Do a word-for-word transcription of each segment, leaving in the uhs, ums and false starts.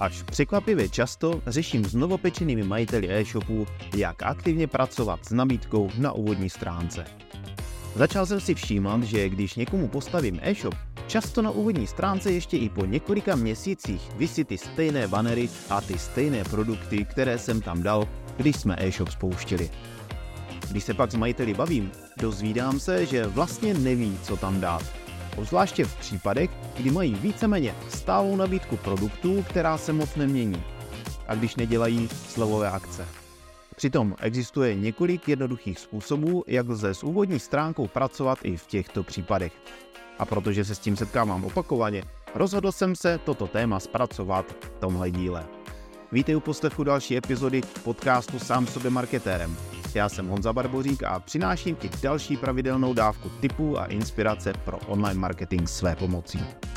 Až překvapivě často řeším s novopečenými majiteli e-shopů, jak aktivně pracovat s nabídkou na úvodní stránce. Začal jsem si všímat, že když někomu postavím e-shop, často na úvodní stránce ještě i po několika měsících visí ty stejné bannery a ty stejné produkty, které jsem tam dal, když jsme e-shop spouštili. Když se pak s majiteli bavím, dozvídám se, že vlastně neví, co tam dát. Obzvláště v případech, kdy mají víceméně stálou nabídku produktů, která se moc nemění, a když nedělají slevové akce. Přitom existuje několik jednoduchých způsobů, jak lze s úvodní stránkou pracovat i v těchto případech. A protože se s tím setkávám opakovaně, rozhodl jsem se toto téma zpracovat v tomhle díle. Vítej u poslechu další epizody podcastu Sám sobě marketérem. Já jsem Honza Barbořík a přináším ti další pravidelnou dávku tipů a inspirace pro online marketing své pomocí.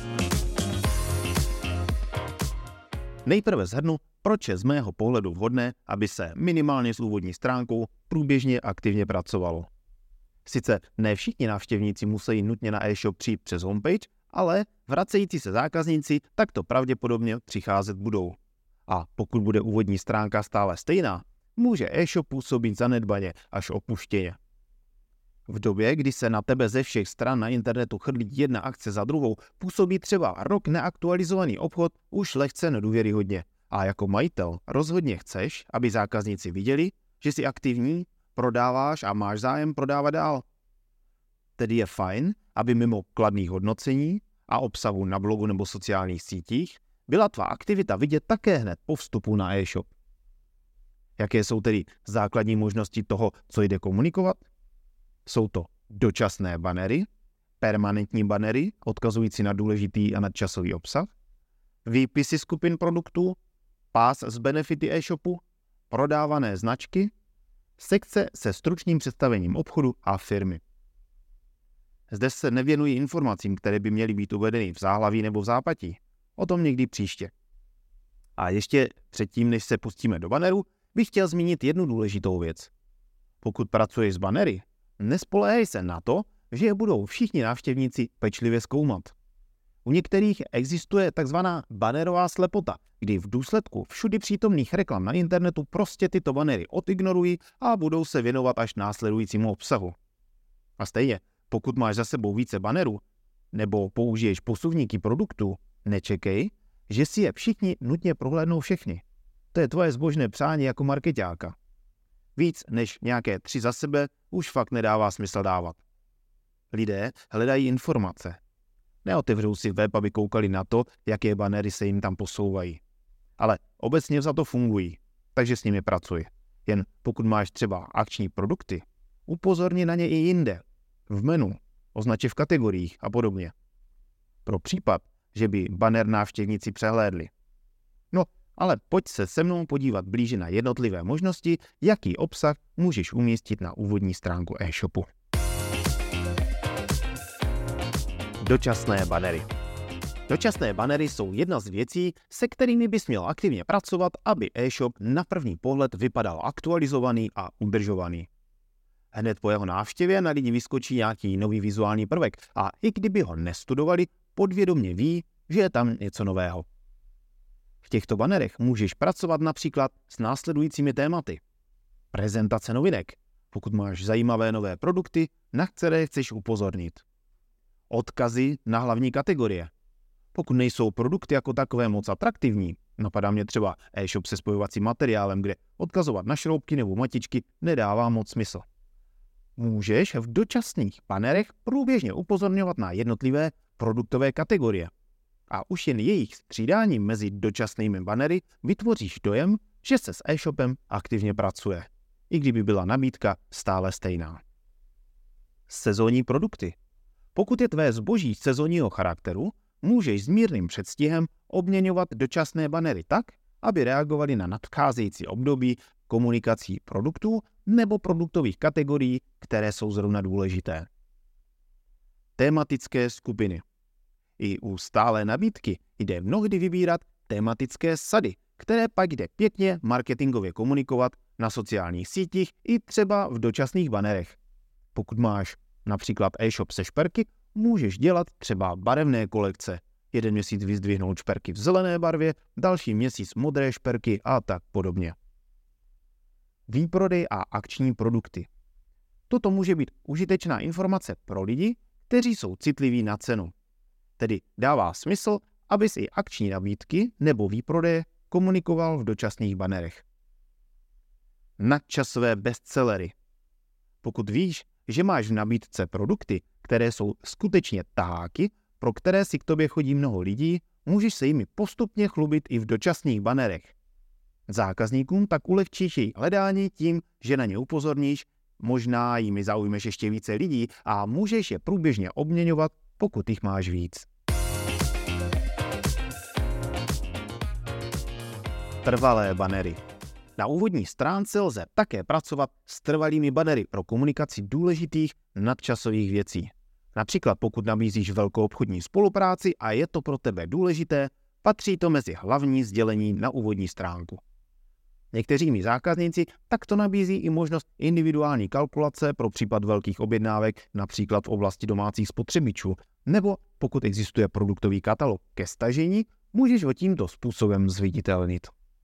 Nejprve shrnu, proč je z mého pohledu vhodné, aby se minimálně s úvodní stránkou průběžně aktivně pracovalo. Sice ne všichni návštěvníci musí nutně na e-shop přijít přes homepage, ale vracející se zákazníci takto pravděpodobně přicházet budou. A pokud bude úvodní stránka stále stejná, může e-shop působit zanedbaně až opuštěně. V době, kdy se na tebe ze všech stran na internetu chrlí jedna akce za druhou, působí třeba rok neaktualizovaný obchod už lehce nedůvěryhodně. A jako majitel rozhodně chceš, aby zákazníci viděli, že jsi aktivní, prodáváš a máš zájem prodávat dál. Tedy je fajn, aby mimo kladných hodnocení a obsahu na blogu nebo sociálních sítích byla tvá aktivita vidět také hned po vstupu na e-shop. Jaké jsou tedy základní možnosti toho, co jde komunikovat? Jsou to dočasné bannery, permanentní bannery odkazující na důležitý a nadčasový obsah, výpisy skupin produktů, pás s benefity e-shopu, prodávané značky, sekce se stručným představením obchodu a firmy. Zde se nevěnují informacím, které by měly být uvedeny v záhlaví nebo v zápatí. O tom někdy příště. A ještě předtím, než se pustíme do banneru, bych chtěl zmínit jednu důležitou věc. Pokud pracuješ s bannery, nespoléhej se na to, že je budou všichni návštěvníci pečlivě zkoumat. U některých existuje takzvaná bannerová slepota, kdy v důsledku všudy přítomných reklam na internetu prostě tyto bannery odignorují a budou se věnovat až následujícímu obsahu. A stejně, pokud máš za sebou více bannerů nebo použiješ posuvníky produktů, nečekej, že si je všichni nutně prohlédnou všechny. To je tvoje zbožné přání jako markeťáka. Víc než nějaké tři za sebe už fakt nedává smysl dávat. Lidé hledají informace. Neotevřou si web, aby koukali na to, jaké bannery se jim tam posouvají. Ale obecně za to fungují, takže s nimi pracuj. Jen pokud máš třeba akční produkty, upozorni na ně i jinde, v menu, označi v kategoriích a podobně. Pro případ, že by banner návštěvníci přehlédli. No, ale pojď se se mnou podívat blíže na jednotlivé možnosti, jaký obsah můžeš umístit na úvodní stránku e-shopu. Dočasné bannery. Dočasné bannery jsou jedna z věcí, se kterými bys měl aktivně pracovat, aby e-shop na první pohled vypadal aktualizovaný a udržovaný. Hned po jeho návštěvě na lidi vyskočí nějaký nový vizuální prvek a i kdyby ho nestudovali, podvědomě ví, že je tam něco nového. V těchto bannerech můžeš pracovat například s následujícími tématy. Prezentace novinek, pokud máš zajímavé nové produkty, na které chceš upozornit. Odkazy na hlavní kategorie. Pokud nejsou produkty jako takové moc atraktivní, napadá mě třeba e-shop se spojovacím materiálem, kde odkazovat na šroubky nebo matičky nedává moc smysl. Můžeš v dočasných bannerech průběžně upozorňovat na jednotlivé produktové kategorie. A už jen jejich střídáním mezi dočasnými bannery vytvoříš dojem, že se s e-shopem aktivně pracuje, i kdyby byla nabídka stále stejná. Sezónní produkty. Pokud je tvé zboží sezónního charakteru, můžeš s mírným předstihem obměňovat dočasné bannery tak, aby reagovaly na nadcházející období komunikací produktů nebo produktových kategorií, které jsou zrovna důležité. Tematické skupiny. I u stálé nabídky jde mnohdy vybírat tematické sady, které pak jde pěkně marketingově komunikovat na sociálních sítích i třeba v dočasných banerech. Pokud máš například e-shop se šperky, můžeš dělat třeba barevné kolekce Jeden měsíc vyzdvihnout šperky v zelené barvě, další měsíc modré šperky a tak podobně. Výprodej a akční produkty. Toto může být užitečná informace pro lidi, kteří jsou citliví na cenu. Tedy dává smysl, abys i akční nabídky nebo výprodeje komunikoval v dočasných banerech. Nadčasové bestsellery. Pokud víš, že máš v nabídce produkty, které jsou skutečně taháky, pro které si k tobě chodí mnoho lidí, můžeš se jimi postupně chlubit i v dočasných banerech. Zákazníkům tak ulehčíš jejich hledání tím, že na ně upozorníš, možná jimi zaujmeš ještě více lidí a můžeš je průběžně obměňovat, pokud jich máš víc. Trvalé banery. Na úvodní stránce lze také pracovat s trvalými banery pro komunikaci důležitých nadčasových věcí. Například pokud nabízíš velkou obchodní spolupráci a je to pro tebe důležité, patří to mezi hlavní sdělení na úvodní stránku. Někteří mí zákazníci takto nabízí i možnost individuální kalkulace pro případ velkých objednávek, například v oblasti domácích spotřebičů, nebo pokud existuje produktový katalog ke stažení, můžeš ho tímto způsobem zviditelnit.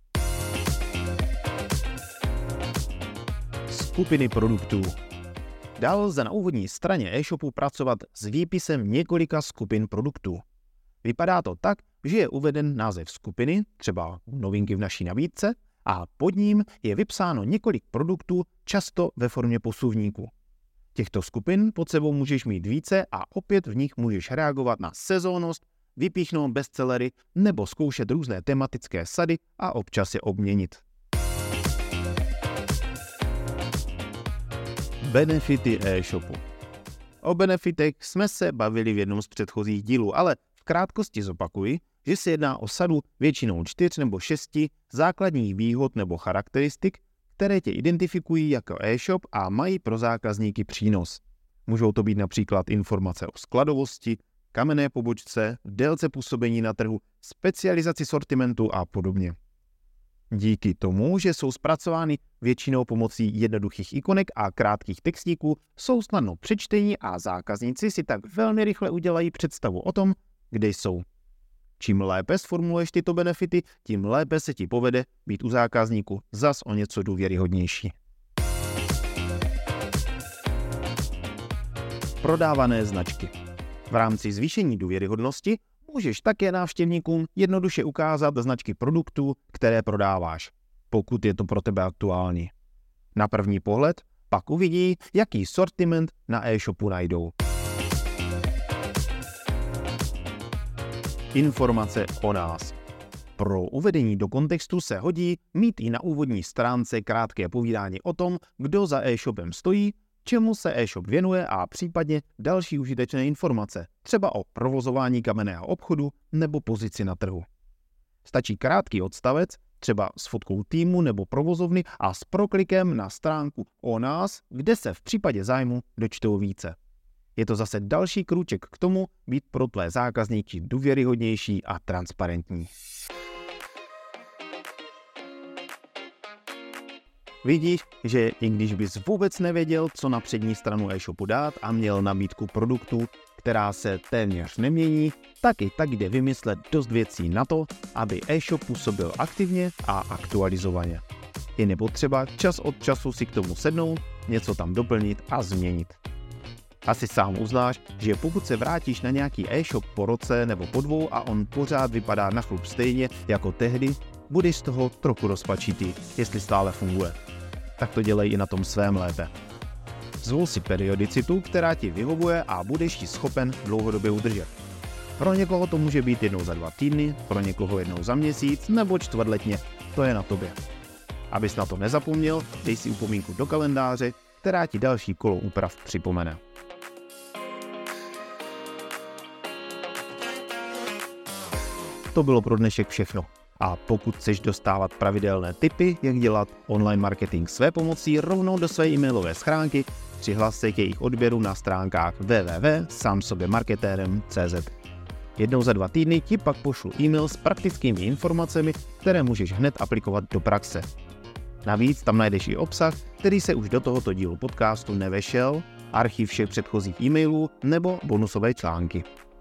Skupiny produktů. Dál lze na úvodní straně e-shopu pracovat s výpisem několika skupin produktů. Vypadá to tak, že je uveden název skupiny, třeba novinky v naší nabídce, a pod ním je vypsáno několik produktů, často ve formě posuvníku. Těchto skupin pod sebou můžeš mít více a opět v nich můžeš reagovat na sezónnost, vypíchnout bestsellery nebo zkoušet různé tematické sady a občas je obměnit. Benefity e-shopu. O benefitech jsme se bavili v jednom z předchozích dílů, ale v krátkosti zopakuji, že se jedná o sadu většinou čtyř nebo šesti základních výhod nebo charakteristik, které tě identifikují jako e-shop a mají pro zákazníky přínos. Můžou to být například informace o skladovosti, kamenné pobočce, délce působení na trhu, specializaci sortimentu a podobně. Díky tomu, že jsou zpracovány většinou pomocí jednoduchých ikonek a krátkých textíků, jsou snadno přečtení a zákazníci si tak velmi rychle udělají představu o tom, kde jsou. Čím lépe sformuluješ tyto benefity, tím lépe se ti povede být u zákazníku zas o něco důvěryhodnější. Prodávané značky. V rámci zvýšení důvěryhodnosti můžeš také návštěvníkům jednoduše ukázat značky produktů, které prodáváš, pokud je to pro tebe aktuální. Na první pohled pak uvidí, jaký sortiment na e-shopu najdou. Informace o nás. Pro uvedení do kontextu se hodí mít i na úvodní stránce krátké povídání o tom, kdo za e-shopem stojí, čemu se e-shop věnuje a případně další užitečné informace, třeba o provozování kamenného obchodu nebo pozici na trhu. Stačí krátký odstavec, třeba s fotkou týmu nebo provozovny a s proklikem na stránku o nás, kde se v případě zájmu dočtou více. Je to zase další krůček k tomu být pro tvé zákazníky důvěryhodnější a transparentní. Vidíš, že i když bys vůbec nevěděl, co na přední stranu e-shopu dát a měl nabídku produktů, která se téměř nemění, tak i tak jde vymyslet dost věcí na to, aby e-shop působil aktivně a aktualizovaně. Je nepotřeba čas od času si k tomu sednout, něco tam doplnit a změnit. Asi sám uznáš, že pokud se vrátíš na nějaký e-shop po roce nebo po dvou a on pořád vypadá na chlup stejně jako tehdy, budeš z toho trochu rozpačitý, jestli stále funguje. Tak to dělej i na tom svém lépe. Zvol si periodicitu, která ti vyhovuje a budeš ji schopen dlouhodobě udržet. Pro někoho to může být jednou za dva týdny, pro někoho jednou za měsíc nebo čtvrtletně, to je na tobě. Abys na to nezapomněl, dej si upomínku do kalendáře, která ti další kolo úprav připomene. To bylo pro dnešek všechno. A pokud chceš dostávat pravidelné tipy, jak dělat online marketing své pomocí rovnou do své e-mailové schránky, přihlas se k jejich odběru na stránkách w w w tečka sam sobě marketérem tečka c z. Jednou za dva týdny ti pak pošlu e-mail s praktickými informacemi, které můžeš hned aplikovat do praxe. Navíc tam najdeš i obsah, který se už do tohoto dílu podcastu nevešel, archiv všech předchozích e-mailů nebo bonusové články.